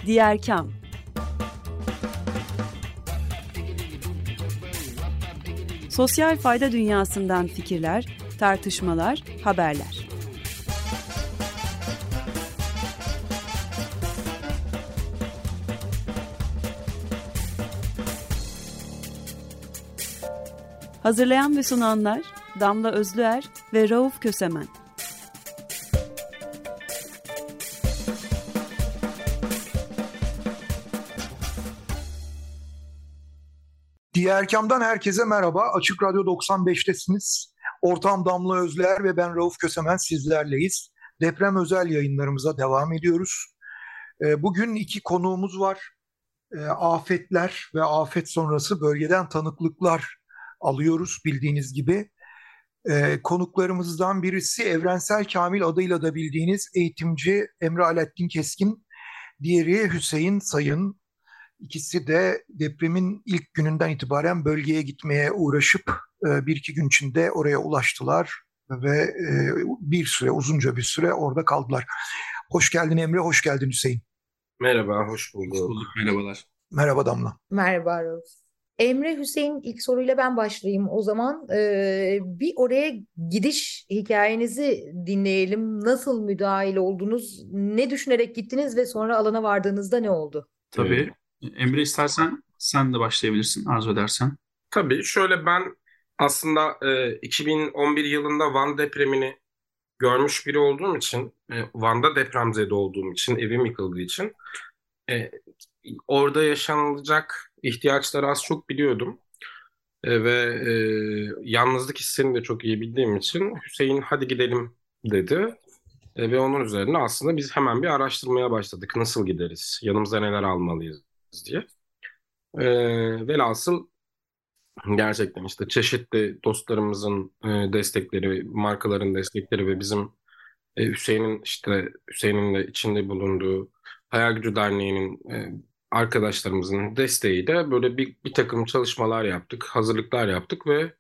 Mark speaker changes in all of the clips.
Speaker 1: Diğer Kam. Sosyal fayda dünyasından fikirler, tartışmalar, haberler. Hazırlayan ve sunanlar Damla Özlüer ve Rauf Kösemen.
Speaker 2: Diğer Kam'dan herkese merhaba. Açık Radyo 95'tesiniz. Ortağım Damla Özler ve ben Rauf Kösemen sizlerleyiz. Deprem özel yayınlarımıza devam ediyoruz. Bugün iki konuğumuz var. Afetler ve afet sonrası bölgeden tanıklıklar alıyoruz bildiğiniz gibi. Konuklarımızdan birisi Evrensel Kamil adıyla da bildiğiniz eğitimci Emre Alaaddin Keskin. Diğeri Hüseyin Sayın. İkisi de depremin ilk gününden itibaren bölgeye gitmeye uğraşıp bir iki gün içinde oraya ulaştılar ve uzunca bir süre orada kaldılar. Hoş geldin Emre, hoş geldin Hüseyin.
Speaker 3: Merhaba, hoş bulduk.
Speaker 4: Hoş bulduk, merhabalar.
Speaker 2: Merhaba Damla.
Speaker 5: Merhaba Rauf. Emre, Hüseyin, ilk soruyla ben başlayayım o zaman. Bir oraya gidiş hikayenizi dinleyelim. Nasıl müdahil oldunuz? Ne düşünerek gittiniz ve sonra alana vardığınızda ne oldu?
Speaker 4: Tabii. Emre, istersen sen de başlayabilirsin arzu edersen.
Speaker 3: Tabii şöyle, ben aslında 2011 yılında Van depremini görmüş biri olduğum için, Van'da depremzede olduğum için, evim yıkıldığı için orada yaşanılacak ihtiyaçları az çok biliyordum. Ve yalnızlık hissini de çok iyi bildiğim için Hüseyin hadi gidelim dedi. Ve onun üzerine aslında biz hemen bir araştırmaya başladık. Nasıl gideriz? Yanımıza neler almalıyız diye. Velhasıl gerçekten işte çeşitli dostlarımızın destekleri, markaların destekleri ve bizim Hüseyin'in de içinde bulunduğu Hayal Gücü Derneği'nin arkadaşlarımızın desteğiyle böyle bir takım çalışmalar yaptık, hazırlıklar yaptık ve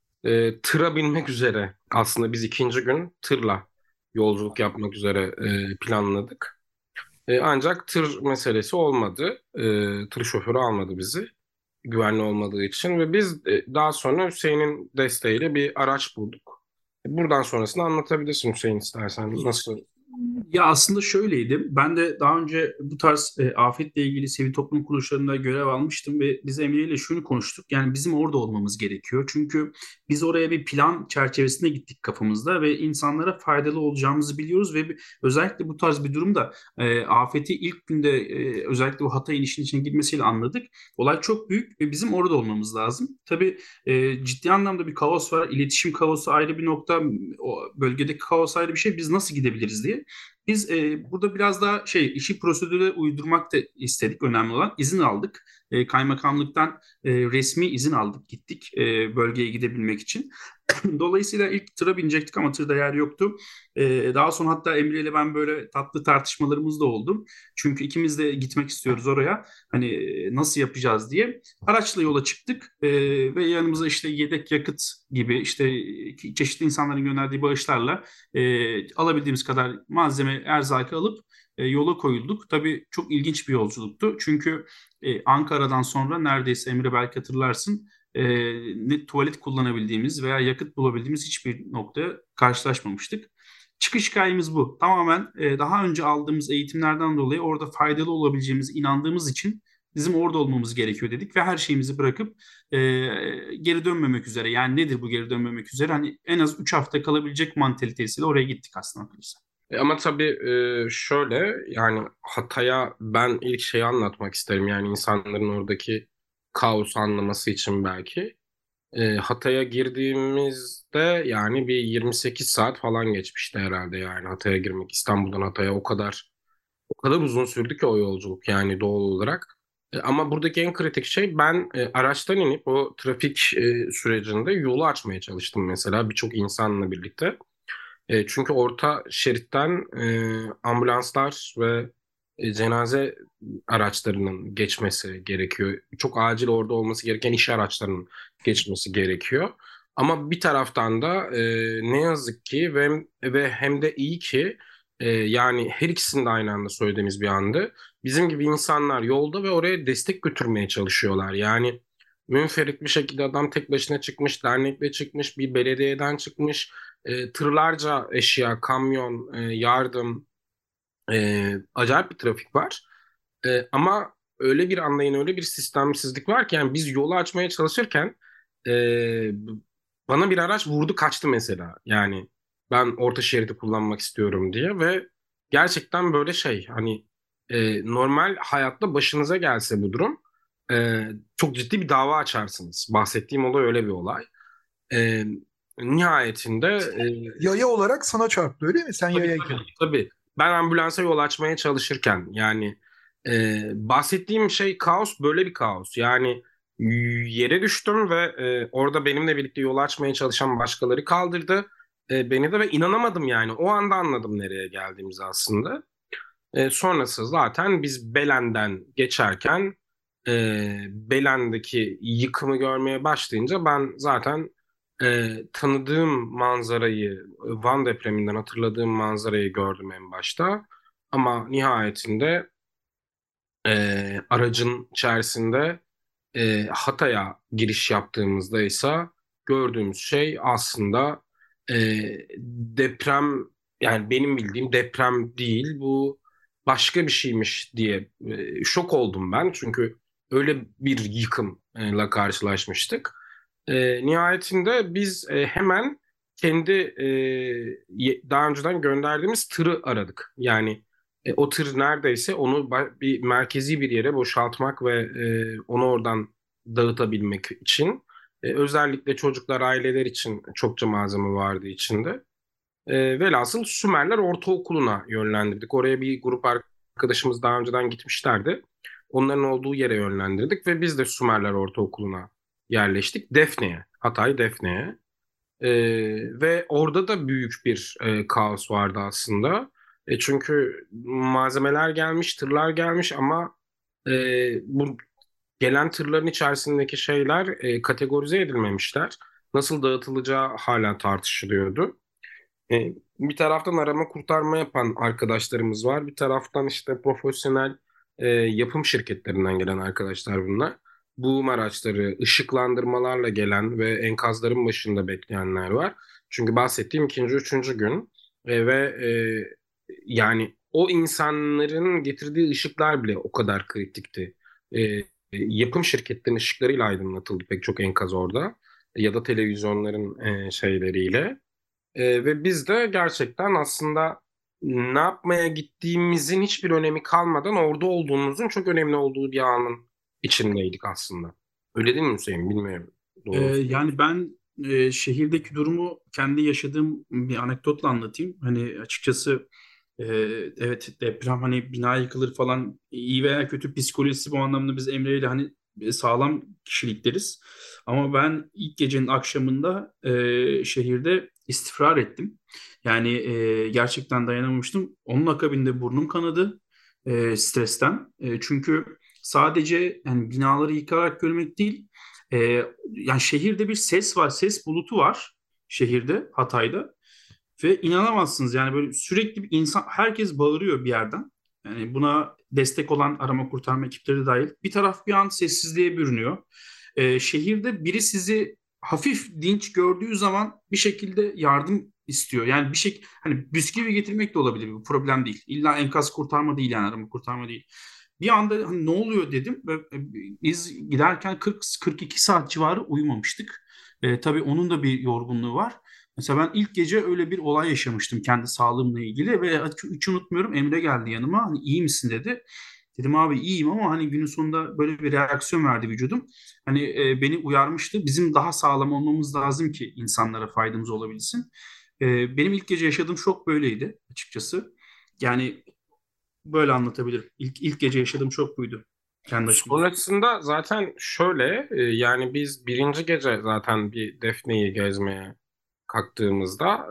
Speaker 3: tıra binmek üzere aslında biz ikinci gün tırla yolculuk yapmak üzere planladık. Ancak tır meselesi olmadı. Tır şoförü almadı bizi güvenli olmadığı için ve biz daha sonra Hüseyin'in desteğiyle bir araç bulduk. Buradan sonrasını anlatabilirsin Hüseyin, istersen. Nasıl?
Speaker 4: Ya aslında şöyleydi. Ben de daha önce bu tarz afetle ilgili sivil toplum kuruluşlarında görev almıştım ve biz Emre ile şunu konuştuk. Yani bizim orada olmamız gerekiyor. Çünkü biz oraya bir plan çerçevesinde gittik kafamızda ve insanlara faydalı olacağımızı biliyoruz ve özellikle bu tarz bir durumda afeti ilk günde özellikle bu Hatay inişinin içine girmesiyle anladık. Olay çok büyük ve bizim orada olmamız lazım. Tabii ciddi anlamda bir kaos var. İletişim kaosu ayrı bir nokta. O bölgedeki kaos ayrı bir şey. Biz nasıl gidebiliriz diye. Biz burada biraz daha işi prosedüre uydurmak da istedik. Önemli olan izin aldık. Kaymakamlıktan resmi izin aldık, gittik bölgeye gidebilmek için. Dolayısıyla ilk tıra binecektik ama tırda yer yoktu. Daha sonra hatta Emre ile ben böyle tatlı tartışmalarımız da oldu. Çünkü ikimiz de gitmek istiyoruz oraya. Hani nasıl yapacağız diye. Araçla yola çıktık ve yanımıza işte yedek yakıt gibi işte çeşitli insanların gönderdiği bağışlarla alabildiğimiz kadar malzeme, erzakı alıp yola koyulduk. Tabii çok ilginç bir yolculuktu. Çünkü Ankara'dan sonra neredeyse Emre belki hatırlarsın ne tuvalet kullanabildiğimiz veya yakıt bulabildiğimiz hiçbir noktaya karşılaşmamıştık. Çıkış hikayemiz bu. Tamamen daha önce aldığımız eğitimlerden dolayı orada faydalı olabileceğimize inandığımız için bizim orada olmamız gerekiyor dedik ve her şeyimizi bırakıp geri dönmemek üzere. Yani nedir bu geri dönmemek üzere? Hani en az 3 hafta kalabilecek mantalitesiyle oraya gittik aslında.
Speaker 3: Ama tabii şöyle, yani Hatay'a ben ilk şeyi anlatmak isterim. Yani insanların oradaki kaosu anlaması için belki. Hatay'a girdiğimizde yani bir 28 saat falan geçmişti herhalde, yani Hatay'a girmek, İstanbul'dan Hatay'a o kadar uzun sürdü ki o yolculuk, yani doğal olarak. Ama buradaki en kritik şey, ben araçtan inip o trafik sürecinde yolu açmaya çalıştım mesela birçok insanla birlikte. Çünkü orta şeritten ambulanslar ve cenaze araçlarının geçmesi gerekiyor. Çok acil orada olması gereken iş araçlarının geçmesi gerekiyor. Ama bir taraftan da ne yazık ki ve hem de iyi ki yani her ikisini de aynı anda söylediğimiz bir andı. bizim gibi insanlar yolda ve oraya destek götürmeye çalışıyorlar. Yani münferit bir şekilde adam tek başına çıkmış, dernekle çıkmış, bir belediyeden çıkmış, tırlarca eşya, kamyon, yardım, acayip bir trafik var. Ama öyle bir anlayın, öyle bir sistemsizlik var ki yani biz yolu açmaya çalışırken e, bana bir araç vurdu kaçtı mesela. Yani ben orta şeridi kullanmak istiyorum diye ve gerçekten böyle şey hani normal hayatta başınıza gelse bu durum e, çok ciddi bir dava açarsınız. Bahsettiğim olay öyle bir olay. E, nihayetinde
Speaker 2: Yaya olarak sana çarptı öyle mi? Sen
Speaker 3: tabii
Speaker 2: yayayken.
Speaker 3: tabii tabii. Ben ambulansa yol açmaya çalışırken yani bahsettiğim şey kaos böyle bir kaos. Yani yere düştüm ve orada benimle birlikte yol açmaya çalışan başkaları kaldırdı beni de ve inanamadım yani. O anda anladım nereye geldiğimizi aslında. Sonrası zaten biz Belen'den geçerken Belen'deki yıkımı görmeye başlayınca ben zaten tanıdığım manzarayı, Van depreminden hatırladığım manzarayı gördüm en başta. Ama nihayetinde aracın içerisinde Hatay'a giriş yaptığımızda ise gördüğümüz şey aslında e, deprem yani benim bildiğim deprem değil bu başka bir şeymiş diye şok oldum ben çünkü öyle bir yıkımla karşılaşmıştık. Nihayetinde biz hemen kendi daha önceden gönderdiğimiz tırı aradık. Yani o tır neredeyse onu bir merkezi bir yere boşaltmak ve onu oradan dağıtabilmek için özellikle çocuklar, aileler için çokça malzeme vardı içinde. Velhasıl Sümerler Ortaokulu'na yönlendirdik. Oraya bir grup arkadaşımız daha önceden gitmişlerdi. Onların olduğu yere yönlendirdik ve biz de Sümerler Ortaokulu'na yerleştik. Defne'ye, Hatay Defne'ye. Ve orada da büyük bir kaos vardı aslında. Çünkü malzemeler gelmiş, tırlar gelmiş ama e, bu gelen tırların içerisindeki şeyler kategorize edilmemişler. Nasıl dağıtılacağı hala tartışılıyordu. Bir taraftan arama kurtarma yapan arkadaşlarımız var. Bir taraftan işte profesyonel yapım şirketlerinden gelen arkadaşlar bunlar. Boom araçları, ışıklandırmalarla gelen ve enkazların başında bekleyenler var. Çünkü bahsettiğim ikinci, üçüncü gün ve yani o insanların getirdiği ışıklar bile o kadar kritikti. Yapım şirketlerinin ışıklarıyla aydınlatıldı pek çok enkaz orada ya da televizyonların şeyleriyle. Ve biz de gerçekten aslında ne yapmaya gittiğimizin hiçbir önemi kalmadan orada olduğumuzun çok önemli olduğu bir anın içindeydik aslında. Öyle değil mi Hüseyin? Bilmiyorum. Doğru.
Speaker 4: Yani ben şehirdeki durumu kendi yaşadığım bir anekdotla anlatayım. Hani açıkçası e, evet deprem hani bina yıkılır falan iyi veya kötü psikolojisi bu anlamda biz Emre ile hani sağlam kişilikleriz. Ama ben ilk gecenin akşamında şehirde istifrar ettim. Yani gerçekten dayanamamıştım. Onun akabinde burnum kanadı stresten. Çünkü sadece yani binaları yıkarak görmek değil, yani şehirde bir ses var, ses bulutu var şehirde, Hatay'da. Ve inanamazsınız yani böyle sürekli bir insan, herkes bağırıyor bir yerden. Yani buna destek olan arama kurtarma ekipleri de dahil. Bir taraf bir an sessizliğe bürünüyor. Şehirde biri sizi hafif dinç gördüğü zaman bir şekilde yardım istiyor. Yani bir şey hani bisküvi getirmek de olabilir, bu problem değil. İlla enkaz kurtarma değil yani arama kurtarma değil. Bir anda hani ne oluyor dedim ve biz giderken 40-42 saat civarı uyumamıştık. Tabii onun da bir yorgunluğu var. Mesela ben ilk gece öyle bir olay yaşamıştım kendi sağlığımla ilgili ve hiç unutmuyorum, Emre geldi yanıma, hani iyi misin dedi. Dedim abi iyiyim ama hani günün sonunda böyle bir reaksiyon verdi vücudum. Hani beni uyarmıştı. Bizim daha sağlam olmamız lazım ki insanlara faydamız olabilsin. Benim ilk gece yaşadığım şok böyleydi açıkçası. Yani böyle anlatabilirim. İlk gece yaşadığım şok buydu. Kendi açımdan.
Speaker 3: Sonrasında zaten şöyle yani biz birinci gece zaten bir Defne'yi gezmeye kalktığımızda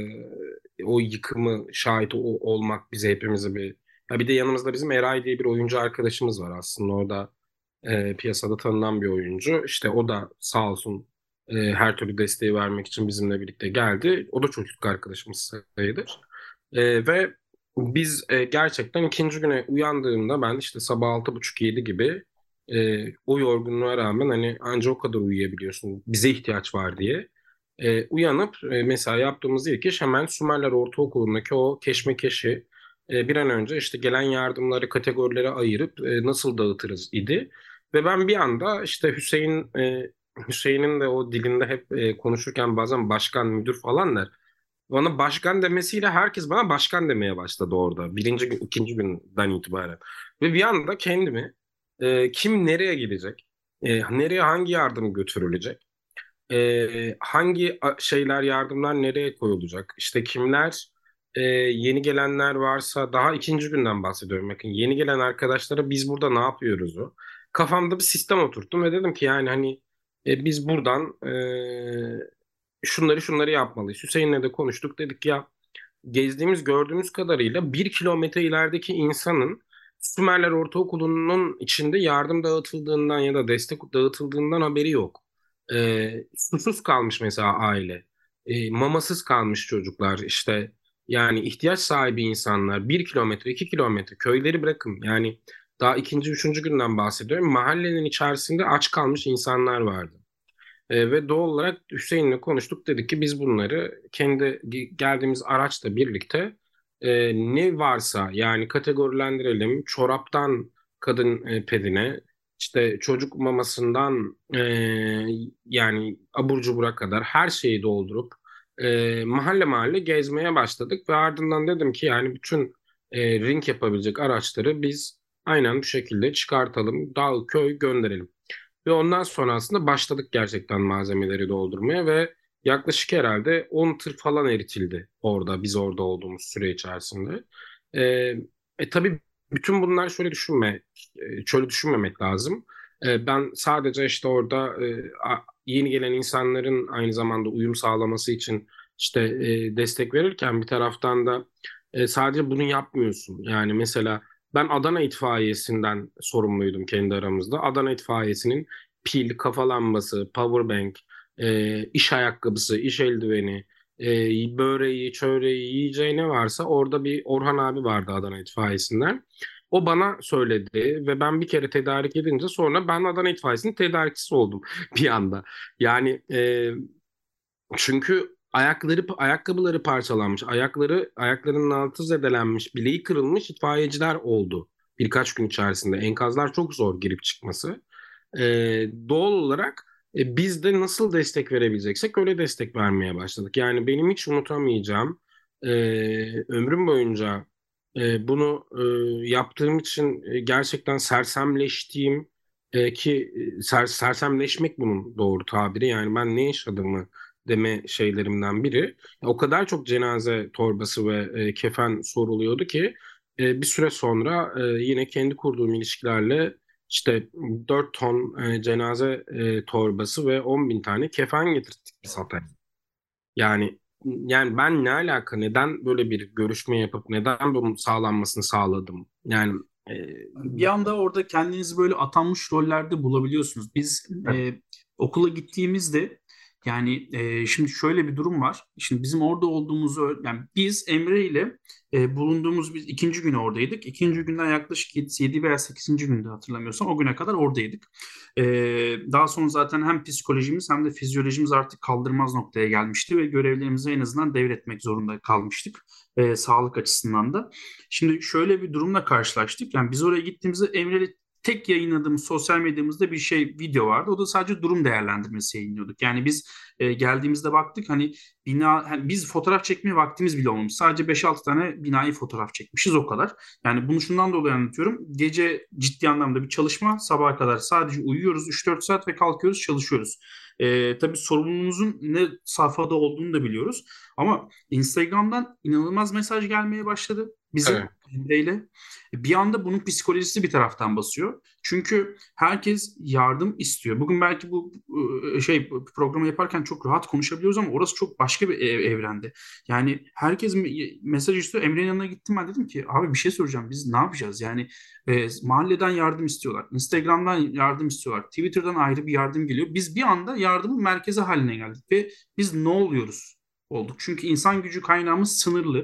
Speaker 3: o yıkımı şahit olmak bize hepimizi bir ya bir de yanımızda bizim Eray diye bir oyuncu arkadaşımız var aslında orada piyasada tanınan bir oyuncu işte o da sağ olsun her türlü desteği vermek için bizimle birlikte geldi o da çocukluk arkadaşımız sayılır. Ve biz gerçekten ikinci güne uyandığımda ben işte sabah 6.30-7 gibi o yorgunluğa rağmen hani anca o kadar uyuyabiliyorsun bize ihtiyaç var diye. Uyanıp mesela yaptığımız ilk iş hemen Sümerler Ortaokulu'ndaki o keşmekeşi bir an önce işte gelen yardımları kategorilere ayırıp nasıl dağıtırız idi. Ve ben bir anda işte Hüseyin'in de o dilinde hep konuşurken bazen başkan, müdür falan der. Bana başkan demesiyle herkes bana başkan demeye başladı orada. Birinci gün, ikinci günden itibaren. Ve bir anda kendimi kim nereye gidecek? Nereye hangi yardım götürülecek? Hangi şeyler, yardımlar nereye koyulacak? İşte kimler, yeni gelenler varsa daha ikinci günden bahsediyorum. Bakın yeni gelen arkadaşlara biz burada ne yapıyoruz o? Kafamda bir sistem oturttum ve dedim ki yani hani biz buradan şunları yapmalıyız. Hüseyin'le de konuştuk. Dedik ya gezdiğimiz gördüğümüz kadarıyla 1 kilometre ilerideki insanın Sümerler Ortaokulu'nun içinde yardım dağıtıldığından ya da destek dağıtıldığından haberi yok. Susuz kalmış mesela aile. Mamasız kalmış çocuklar işte yani ihtiyaç sahibi insanlar 1 kilometre 2 kilometre köyleri bırakın yani daha ikinci üçüncü günden bahsediyorum. Mahallenin içerisinde aç kalmış insanlar vardı. Ve doğal olarak Hüseyin'le konuştuk. Dedik ki biz bunları kendi geldiğimiz araçla birlikte ne varsa yani kategorilendirelim. Çoraptan kadın pedine, işte çocuk mamasından yani abur cubura kadar her şeyi doldurup mahalle mahalle gezmeye başladık. Ve ardından dedim ki yani bütün ring yapabilecek araçları biz aynen bu şekilde çıkartalım. Dağ, köy gönderelim. Ve ondan sonra aslında başladık gerçekten malzemeleri doldurmaya ve yaklaşık herhalde 10 tır falan eritildi orada biz orada olduğumuz süre içerisinde. Ee, tabii bütün bunlar şöyle düşünmemek lazım. Ben sadece işte orada yeni gelen insanların aynı zamanda uyum sağlaması için işte destek verirken bir taraftan da sadece bunu yapmıyorsun. Yani mesela ben Adana İtfaiyesi'nden sorumluydum kendi aramızda. Adana İtfaiyesi'nin pil, kafa lambası, powerbank, iş ayakkabısı, iş eldiveni, böreği, çöreği, yiyeceği ne varsa orada bir Orhan abi vardı Adana İtfaiyesi'nden. O bana söyledi ve ben bir kere tedarik edince sonra ben Adana İtfaiyesi'nin tedarikçisi oldum bir anda. Yani çünkü ayakkabıları parçalanmış, ayaklarının altı zedelenmiş, bileği kırılmış itfaiyeciler oldu birkaç gün içerisinde. Enkazlar çok zor girip çıkması. Doğal olarak biz de nasıl destek verebileceksek öyle destek vermeye başladık. Yani benim hiç unutamayacağım ömrüm boyunca bunu yaptığım için gerçekten sersemleştiğim sersemleşmek bunun doğru tabiri. Yani ben ne yaşadığımı deme şeylerimden biri. O kadar çok cenaze torbası ve kefen soruluyordu ki bir süre sonra yine kendi kurduğum ilişkilerle işte 4 ton cenaze torbası ve 10 bin tane kefen getirttik biz Hatay'a. Yani yani ben ne alaka, neden böyle bir görüşme yapıp neden bunun sağlanmasını sağladım? Yani e,
Speaker 4: Bir anda orada kendinizi böyle atanmış rollerde bulabiliyorsunuz. Biz okula gittiğimizde yani şimdi şöyle bir durum var. Şimdi bizim orada olduğumuzu yani biz Emre ile biz ikinci gün oradaydık. İkinci günden yaklaşık 7 veya 8. günde hatırlamıyorsam o güne kadar oradaydık. E, Daha sonra zaten hem psikolojimiz hem de fizyolojimiz artık kaldırmaz noktaya gelmişti ve görevlerimizi en azından devretmek zorunda kalmıştık. Sağlık açısından da. Şimdi şöyle bir durumla karşılaştık. Yani biz oraya gittiğimizde Emre'yle tek yayınladığımız sosyal medyamızda bir video vardı. O da sadece durum değerlendirmesi yayınlıyorduk. Yani biz geldiğimizde baktık hani biz fotoğraf çekmeye vaktimiz bile olmamış. Sadece 5-6 tane binayı fotoğraf çekmişiz o kadar. Yani bunu şundan dolayı anlatıyorum. Gece ciddi anlamda bir çalışma, sabaha kadar sadece uyuyoruz 3-4 saat ve kalkıyoruz, çalışıyoruz. Tabii sorumluluğumuzun ne safhada olduğunu da biliyoruz. Ama Instagram'dan inanılmaz mesaj gelmeye başladı bize
Speaker 3: evet.
Speaker 4: Emre'yle. Bir anda bunun psikolojisi bir taraftan basıyor. Çünkü herkes yardım istiyor. Bugün belki bu programı yaparken çok rahat konuşabiliyoruz ama orası çok başka bir evrende. Yani herkes mesaj istiyor. Emre'nin yanına gittim, ben dedim ki abi bir şey soracağım. Biz ne yapacağız? Yani mahalleden yardım istiyorlar. Instagram'dan yardım istiyorlar. Twitter'dan ayrı bir yardım geliyor. Biz bir anda yardımın merkezi haline geldik ve biz ne oluyoruz olduk. Çünkü insan gücü kaynağımız sınırlı.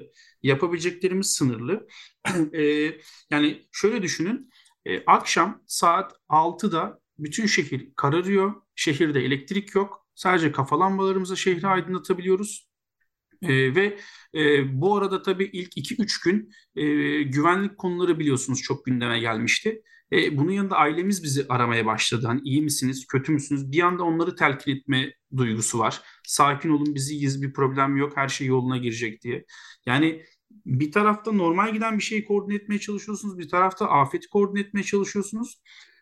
Speaker 4: yapabileceklerimiz sınırlı. E, Yani şöyle düşünün, akşam saat 6'da bütün şehir kararıyor, şehirde elektrik yok, sadece kafa lambalarımızla şehri aydınlatabiliyoruz. Ve bu arada tabii ilk 2-3 gün güvenlik konuları biliyorsunuz çok gündeme gelmişti. Bunun yanında ailemiz bizi aramaya başladı. Hani iyi misiniz, kötü müsünüz? Bir anda onları telkin etme duygusu var. Sakin olun, biziz, bir problem yok, her şey yoluna girecek diye. Yani bir tarafta normal giden bir şeyi koordine etmeye çalışıyorsunuz, bir tarafta afeti koordine etmeye çalışıyorsunuz.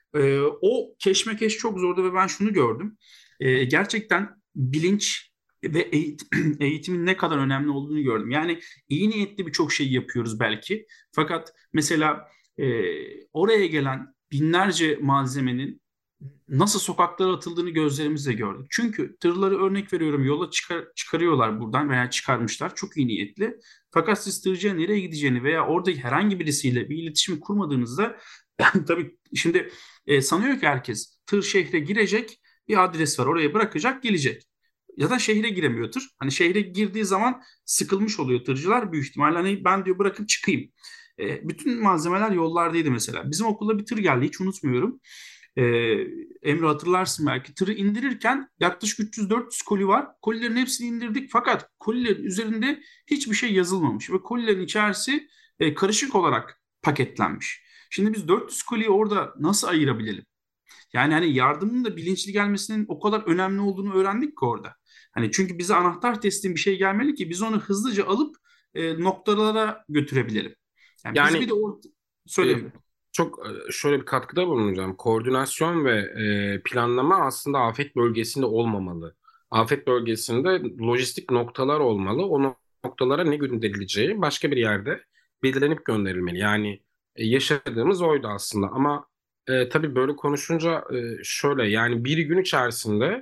Speaker 4: O keşmekeş çok zordu ve ben şunu gördüm. Gerçekten bilinç ve eğitimin ne kadar önemli olduğunu gördüm. Yani iyi niyetli birçok şey yapıyoruz belki. Fakat mesela e, oraya gelen binlerce malzemenin nasıl sokaklara atıldığını gözlerimizle gördük. Çünkü tırları örnek veriyorum yola çıkarıyorlar buradan veya çıkarmışlar çok iyi niyetli. Fakat siz tırcıya nereye gideceğini veya orada herhangi birisiyle bir iletişim kurmadığınızda tabii şimdi sanıyor ki herkes tır şehre girecek, bir adres var oraya bırakacak gelecek. Ya da şehre giremiyor tır. Hani şehre girdiği zaman sıkılmış oluyor tırcılar büyük ihtimalle. Hani ben diyor bırakıp çıkayım. Bütün malzemeler yollardaydı mesela. Bizim okulda bir tır geldi hiç unutmuyorum. E, Emre hatırlarsın belki. Tırı indirirken yaklaşık 300-400 koli var. Kolilerin hepsini indirdik fakat kolilerin üzerinde hiçbir şey yazılmamış ve kolilerin içerisi karışık olarak paketlenmiş. Şimdi biz 400 koliyi orada nasıl ayırabilelim? Yani hani yardımın da bilinçli gelmesinin o kadar önemli olduğunu öğrendik ki orada. Hani çünkü bize anahtar teslim bir şey gelmeli ki biz onu hızlıca alıp noktalara götürebilelim. Yani biz bir
Speaker 3: Yani
Speaker 4: de o
Speaker 3: e,
Speaker 4: söyleyeyim.
Speaker 3: çok şöyle bir katkıda bulunacağım. Koordinasyon ve planlama aslında afet bölgesinde olmamalı. Afet bölgesinde lojistik noktalar olmalı. O noktalara ne gönderileceği başka bir yerde belirlenip gönderilmeli. Yani yaşadığımız oydu aslında. Ama tabii böyle konuşunca şöyle yani bir gün içerisinde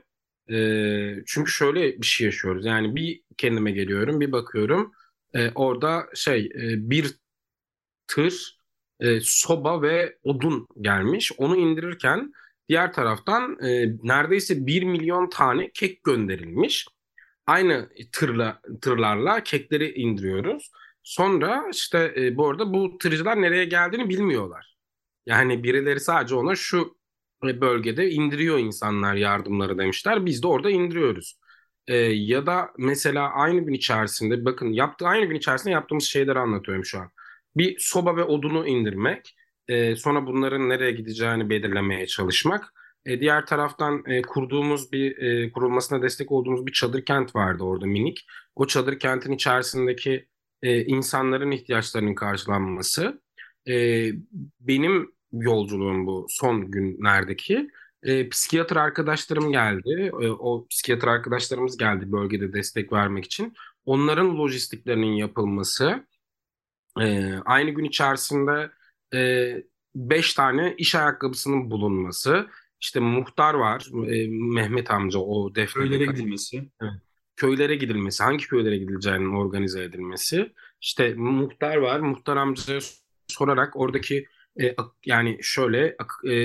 Speaker 3: çünkü şöyle bir şey yaşıyoruz. Yani bir kendime geliyorum, bir bakıyorum. Orada bir tır soba ve odun gelmiş. Onu indirirken diğer taraftan neredeyse 1 milyon tane kek gönderilmiş. Aynı tırlarla kekleri indiriyoruz. Sonra işte bu arada bu tırcılar nereye geldiğini bilmiyorlar. Yani birileri sadece ona şu bölgede indiriyor insanlar yardımları demişler. Biz de orada indiriyoruz. Ya da mesela aynı gün içerisinde bakın aynı gün içerisinde yaptığımız şeyleri anlatıyorum şu an. Bir soba ve odunu indirmek, sonra bunların nereye gideceğini belirlemeye çalışmak. Diğer taraftan kurulmasına destek olduğumuz bir çadır kent vardı orada minik. O çadır kentin içerisindeki insanların ihtiyaçlarının karşılanması. E, Benim yolculuğum bu son günlerdeki. Psikiyatr arkadaşlarım geldi. O psikiyatr arkadaşlarımız geldi bölgede destek vermek için. Onların lojistiklerinin yapılması. Aynı gün içerisinde e, 5 tane iş ayakkabısının bulunması. İşte muhtar var, Mehmet amca o defnede.
Speaker 4: Köylere gidilmesi.
Speaker 3: Evet. Köylere gidilmesi, hangi köylere gidileceğinin organize edilmesi. İşte muhtar var, muhtar amcaya sorarak oradaki yani şöyle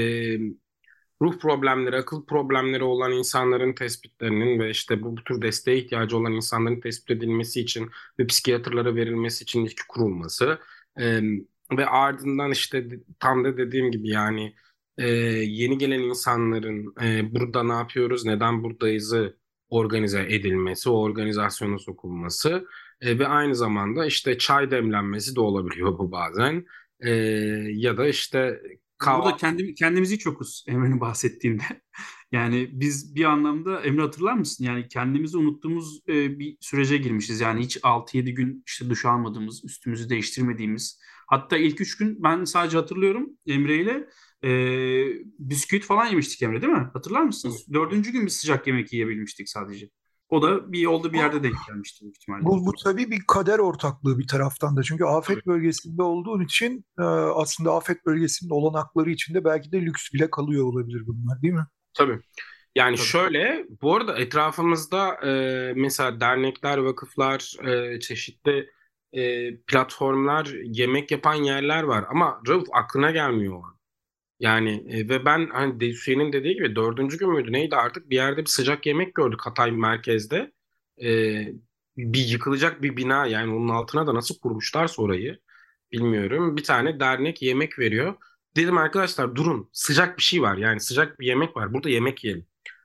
Speaker 3: ruh problemleri, akıl problemleri olan insanların tespitlerinin ve işte bu tür desteğe ihtiyacı olan insanların tespit edilmesi için ve psikiyatrlara verilmesi için ilki kurulması. E, Ve ardından işte tam da dediğim gibi yani yeni gelen insanların burada ne yapıyoruz, neden buradayızı organize edilmesi, o organizasyona sokulması ve aynı zamanda işte çay demlenmesi de olabiliyor bu bazen. E, Ya da işte
Speaker 4: Burada
Speaker 3: kahvaltı.
Speaker 4: kendimizi çokuz Emre'nin bahsettiğinde. Yani biz bir anlamda Emre hatırlar mısın? Yani kendimizi unuttuğumuz bir sürece girmişiz. Yani hiç 6-7 gün işte duş almadığımız, üstümüzü değiştirmediğimiz. Hatta ilk 3 gün ben sadece hatırlıyorum Emre ile bisküvit falan yemiştik Emre değil mi? Hatırlar mısınız? Dördüncü gün bir sıcak yemek yiyebilmiştik sadece. O da bir yolda bir yerde denk gelmişti büyük ihtimalle.
Speaker 2: Bu tabii bir kader ortaklığı bir taraftan da. Çünkü afet bölgesinde olduğun için aslında afet bölgesinin olanakları içinde belki de lüks bile kalıyor olabilir bunlar, değil mi?
Speaker 3: Tabii. Yani
Speaker 4: Tabii.
Speaker 3: şöyle, bu arada etrafımızda mesela dernekler, vakıflar, çeşitli platformlar, yemek yapan yerler var. Ama Rauf aklına gelmiyor o an. Yani ve ben hani Hüseyin'in dediği gibi dördüncü gün müydü neydi artık bir yerde bir sıcak yemek gördük Hatay merkezde. E, bir yıkılacak bir bina, yani onun altına da nasıl kurmuşlarsa orayı bilmiyorum. Bir tane dernek yemek veriyor. Dedim arkadaşlar durun, sıcak bir şey var, yani sıcak bir yemek var, burada yemek yiyelim.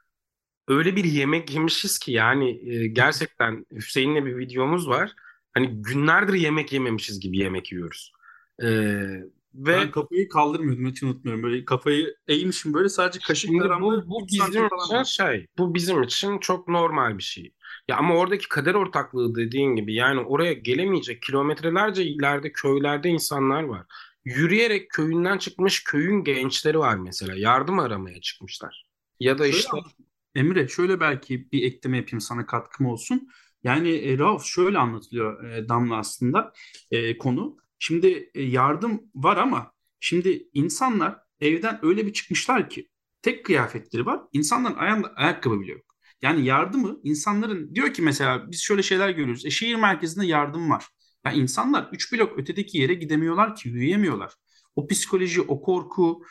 Speaker 3: Öyle bir yemek yemişiz ki yani gerçekten Hüseyin'le bir videomuz var. Hani günlerdir yemek yememişiz gibi yemek yiyoruz. E,
Speaker 4: Ben
Speaker 3: ve
Speaker 4: kafayı kaldırmıyordum, hiç unutmuyorum. Böyle kafayı eğmişim, böyle sadece kaşıkla
Speaker 3: Şimdi
Speaker 4: aramda
Speaker 3: bu
Speaker 4: 3 santim
Speaker 3: bizim
Speaker 4: falan
Speaker 3: için
Speaker 4: var.
Speaker 3: şey, bu bizim için çok normal bir şey. Ya ama oradaki kader ortaklığı dediğin gibi, yani oraya gelemeyecek kilometrelerce ileride köylerde insanlar var. Yürüyerek köyünden çıkmış köyün gençleri var mesela. Yardım aramaya çıkmışlar. Ya da
Speaker 4: Şöyle
Speaker 3: işte
Speaker 4: anlatayım. Emre, şöyle belki bir ekleme yapayım, sana katkım olsun. Yani Rauf, şöyle anlatılıyor Damla aslında konu. Şimdi yardım var ama şimdi insanlar evden öyle bir çıkmışlar ki tek kıyafetleri var. İnsanların ayağında ayakkabı bile yok. Yani yardımı insanların, diyor ki mesela biz şöyle şeyler görüyoruz. Şehir merkezinde yardım var. Ya insanlar 3 blok ötedeki yere gidemiyorlar ki, yürüyemiyorlar. O psikoloji, o korku,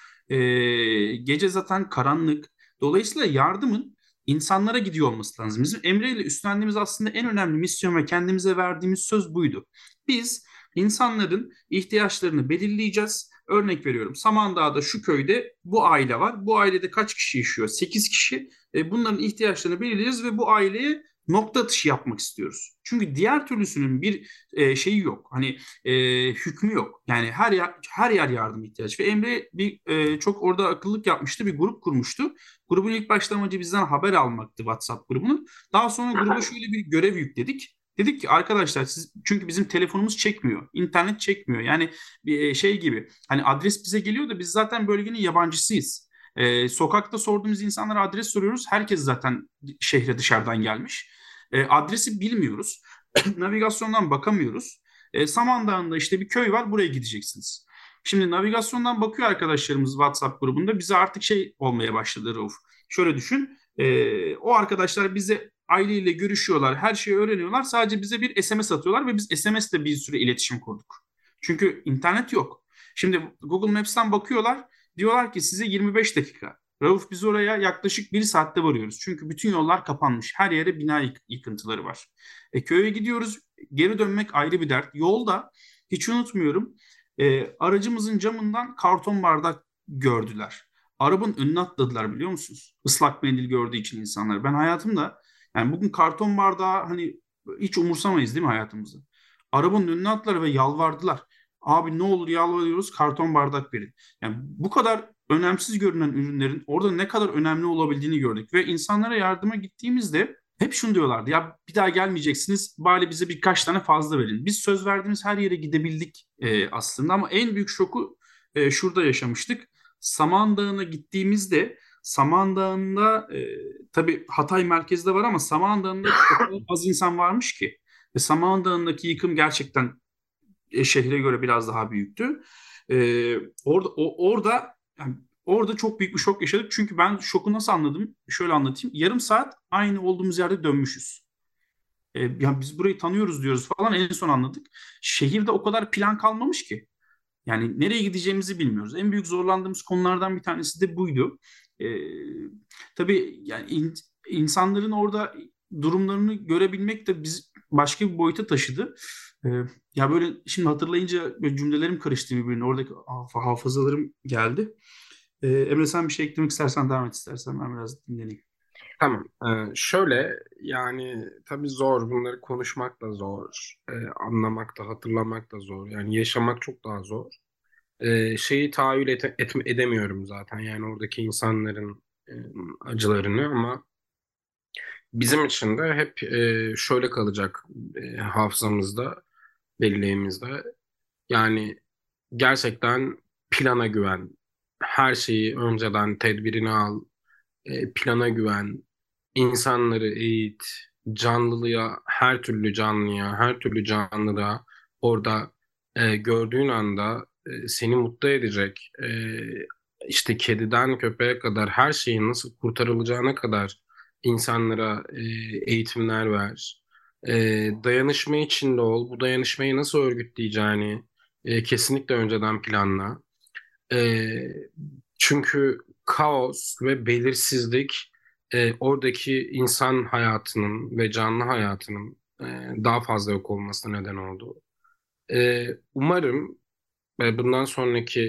Speaker 4: gece zaten karanlık. Dolayısıyla yardımın insanlara gidiyor olması lazım. Bizim Emre ile üstlendiğimiz aslında en önemli misyon ve kendimize verdiğimiz söz buydu. Biz insanların ihtiyaçlarını belirleyeceğiz. Örnek veriyorum. Samandağ'da şu köyde bu aile var. Bu ailede kaç kişi yaşıyor? 8 kişi. Bunların ihtiyaçlarını belirleyeceğiz ve bu aileye nokta atışı yapmak istiyoruz. Çünkü diğer türlüsünün bir şeyi yok. Hani hükmü yok. Yani her yer yardım ihtiyaç. Ve Emre çok orada akıllık yapmıştı. Bir grup kurmuştu. Grubun ilk başta amacı bizden haber almaktı, WhatsApp grubunun. Daha sonra gruba şöyle bir görev yükledik. Dedik ki arkadaşlar siz, çünkü bizim telefonumuz çekmiyor, internet çekmiyor. Yani bir şey gibi, hani adres bize geliyor da biz zaten bölgenin yabancısıyız. Sokakta sorduğumuz insanlara adres soruyoruz. Herkes zaten şehre dışarıdan gelmiş. Adresi bilmiyoruz. Navigasyondan bakamıyoruz. Samandağ'ında işte bir köy var, buraya gideceksiniz. Şimdi navigasyondan bakıyor arkadaşlarımız WhatsApp grubunda, bize artık şey olmaya başladı Rauf. Şöyle düşün, o arkadaşlar bize aileyle görüşüyorlar, her şeyi öğreniyorlar. Sadece bize bir SMS atıyorlar ve biz SMS'le bir süre iletişim kurduk. Çünkü internet yok. Şimdi Google Maps'ten bakıyorlar, diyorlar ki size 25 dakika. Rauf, biz oraya yaklaşık 1 saatte varıyoruz. Çünkü bütün yollar kapanmış. Her yere bina yıkıntıları var. Köye gidiyoruz. Geri dönmek ayrı bir dert. Yolda hiç unutmuyorum. Aracımızın camından karton bardak gördüler. Arabanın önüne atladılar, biliyor musunuz? Islak mendil gördüğü için insanlar. Ben hayatımda, yani bugün karton bardağı hani hiç umursamayız değil mi hayatımızda? Arabanın önüne attılar ve yalvardılar. Abi ne olur yalvarıyoruz, karton bardak verin. Yani bu kadar önemsiz görünen ürünlerin orada ne kadar önemli olabildiğini gördük. Ve insanlara yardıma gittiğimizde hep şunu diyorlardı: ya bir daha gelmeyeceksiniz, bari bize birkaç tane fazla verin. Biz söz verdiğimiz her yere gidebildik aslında, ama en büyük şoku şurada yaşamıştık. Samandağ'ına gittiğimizde, Samandağ'ında tabii Hatay merkezde var ama Samandağ'ında o kadar az insan varmış ki. Ve Samandağ'ındaki yıkım gerçekten şehre göre biraz daha büyüktü. Orada yani orada çok büyük bir şok yaşadık. Çünkü ben şoku nasıl anladım? Şöyle anlatayım. Yarım saat aynı olduğumuz yerde dönmüşüz. Ya biz burayı tanıyoruz diyoruz falan, en son anladık. Şehirde o kadar plan kalmamış ki. Yani nereye gideceğimizi bilmiyoruz. En büyük zorlandığımız konulardan bir tanesi de buydu. Ee, tabii yani insanların orada durumlarını görebilmek de biz başka bir boyuta taşıdı. Ee, ya böyle şimdi hatırlayınca böyle cümlelerim karıştı birbirine. Oradaki hafızalarım geldi. Emre, sen bir şey eklemek istersen devam et, istersen ben biraz dinleneyim.
Speaker 3: tamam. Şöyle, yani tabii zor, bunları konuşmak da zor, anlamak da hatırlamak da zor, yani yaşamak çok daha zor. Şeyi tahayyül edemiyorum zaten, yani oradaki insanların acılarını, ama bizim için de hep şöyle kalacak hafızamızda, belleğimizde. Yani gerçekten plana güven, her şeyi önceden tedbirini al, plana güven, insanları eğit, canlılığa, her türlü canlıya, her türlü canlıda orada gördüğün anda seni mutlu edecek, işte kediden köpeğe kadar her şeyin nasıl kurtarılacağına kadar insanlara eğitimler ver. Dayanışma içinde ol. Bu dayanışmayı nasıl örgütleyeceğini kesinlikle önceden planla. E, çünkü kaos ve belirsizlik oradaki insan hayatının ve canlı hayatının daha fazla yok olmasına neden oldu. Umarım bundan sonraki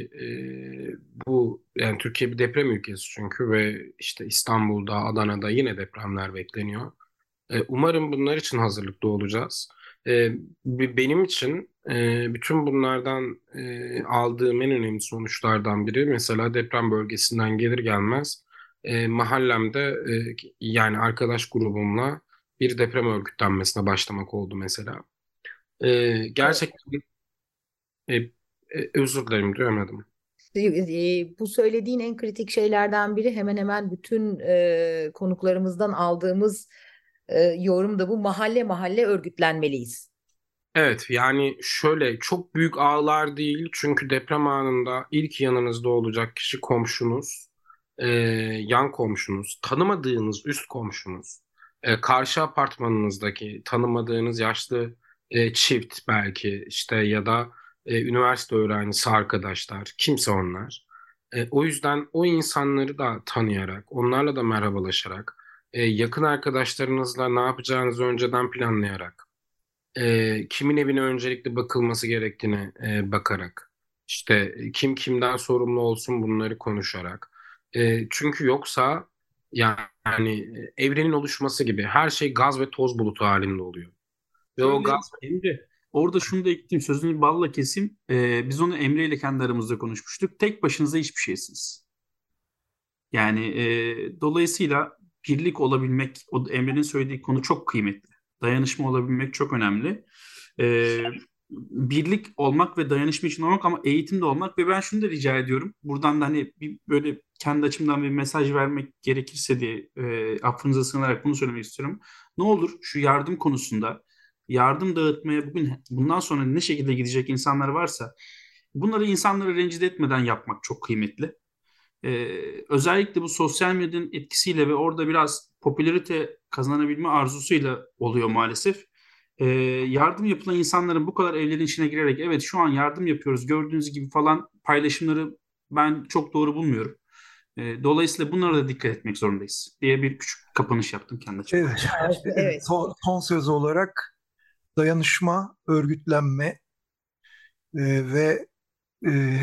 Speaker 3: bu yani Türkiye bir deprem ülkesi çünkü ve işte İstanbul'da, Adana'da yine depremler bekleniyor. Umarım bunlar için hazırlıklı olacağız. Benim için bütün bunlardan aldığım en önemli sonuçlardan biri mesela deprem bölgesinden gelir gelmez mahallemde yani arkadaş grubumla bir deprem örgütlenmesine başlamak oldu mesela.
Speaker 5: Evet.
Speaker 3: Gerçekten e, özür dilerim diyemedim.
Speaker 5: Bu söylediğin en kritik şeylerden biri, hemen hemen bütün konuklarımızdan aldığımız yorum da bu: mahalle mahalle örgütlenmeliyiz.
Speaker 3: Evet yani şöyle çok büyük ağlar değil çünkü deprem anında ilk yanınızda olacak kişi komşunuz, e, yan komşunuz, tanımadığınız üst komşunuz, karşı apartmanınızdaki tanımadığınız yaşlı çift belki işte ya da üniversite öğrencisi arkadaşlar kimse onlar. O yüzden o insanları da tanıyarak, onlarla da merhabalaşarak, yakın arkadaşlarınızla ne yapacağınızı önceden planlayarak kimin evine öncelikle bakılması gerektiğine bakarak, işte kim kimden sorumlu olsun bunları konuşarak. Çünkü yoksa yani evrenin oluşması gibi her şey gaz ve toz bulutu halinde oluyor. Ve o
Speaker 4: Şöyle
Speaker 3: gaz
Speaker 4: Emre, orada şunu da ekleyeyim, sözünü balla keseyim. Biz onu Emre ile kendi aramızda konuşmuştuk. Tek başınıza hiçbir şeysiniz. Yani dolayısıyla birlik olabilmek, o Emre'nin söylediği konu çok kıymetli. Dayanışma olabilmek çok önemli. E, Birlik olmak ve dayanışma için olmak ama eğitimde olmak ve ben şunu da rica ediyorum. Buradan da hani bir böyle kendi açımdan bir mesaj vermek gerekirse diye affınıza sığınarak bunu söylemek istiyorum. Ne olur şu yardım konusunda yardım dağıtmaya bundan sonra ne şekilde gidecek insanlar varsa bunları insanları rencide etmeden yapmak çok kıymetli. Özellikle bu sosyal medyanın etkisiyle ve orada biraz popülarite kazanabilme arzusuyla oluyor maalesef. Yardım yapılan insanların bu kadar evlerin içine girerek evet şu an yardım yapıyoruz gördüğünüz gibi falan paylaşımları ben çok doğru bulmuyorum. Dolayısıyla bunlara da dikkat etmek zorundayız diye bir küçük kapanış yaptım kendi açımdan.
Speaker 2: Evet, evet.
Speaker 5: Evet.
Speaker 2: Son söz olarak dayanışma, örgütlenme ve e,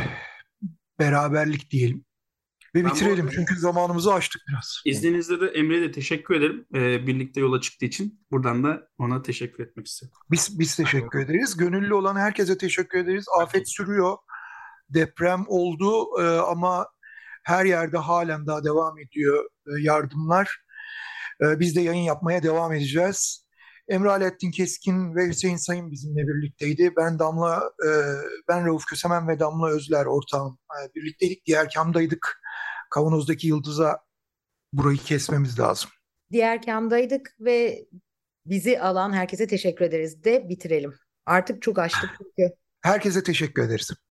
Speaker 2: beraberlik diyelim. Ve
Speaker 4: Ben bu
Speaker 2: bitirelim
Speaker 4: arada
Speaker 2: çünkü zamanımızı aştık biraz.
Speaker 4: izninizle de Emre'ye de teşekkür ederim. Birlikte yola çıktığı için. Buradan da ona teşekkür etmek istedim.
Speaker 2: Biz teşekkür ederiz. Gönüllü olan herkese teşekkür ederiz. Afet sürüyor. Deprem oldu ama her yerde halen daha devam ediyor yardımlar. Biz de yayın yapmaya devam edeceğiz. Emre Alettin Keskin ve Hüseyin Sayın bizimle birlikteydi. Ben Rauf Kösemen ve Damla Özler ortağım birlikteydik. Diğer kamdaydık. Kavanoz'daki Yıldız'a burayı kesmemiz lazım.
Speaker 5: Diğer kamdaydık ve bizi alan herkese teşekkür ederiz de bitirelim. Artık çok açtık çünkü.
Speaker 2: Herkese teşekkür ederiz.